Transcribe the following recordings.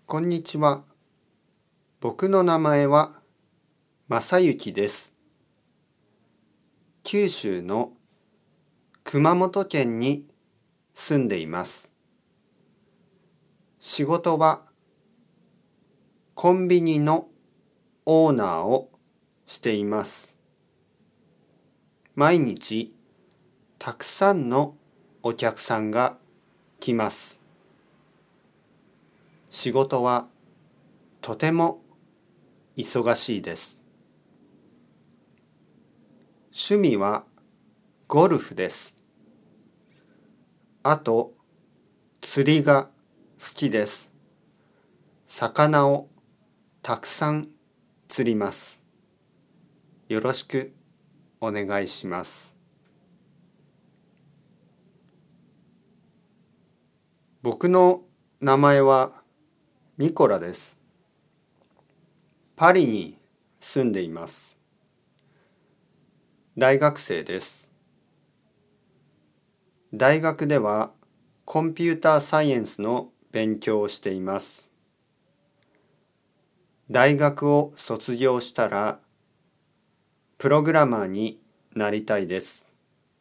こんにちは。僕の名前は正幸です。九州の熊本県に住んでいます。仕事はコンビニのオーナーをしています。毎日たくさんのお客さんが来ます。仕事はとても忙しいです。趣味はゴルフです。あと、釣りが好きです。魚をたくさん釣ります。よろしくお願いします。僕の名前はニコラです。パリに住んでいます。大学生です。大学ではコンピューターサイエンスの勉強をしています。大学を卒業したらプログラマーになりたいです。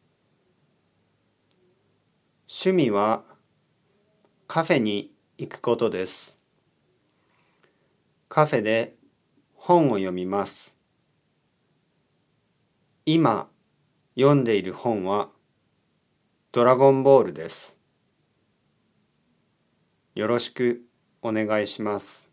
趣味はカフェに行くことです。カフェで本を読みます。今読んでいる本はドラゴンボールです。よろしくお願いします。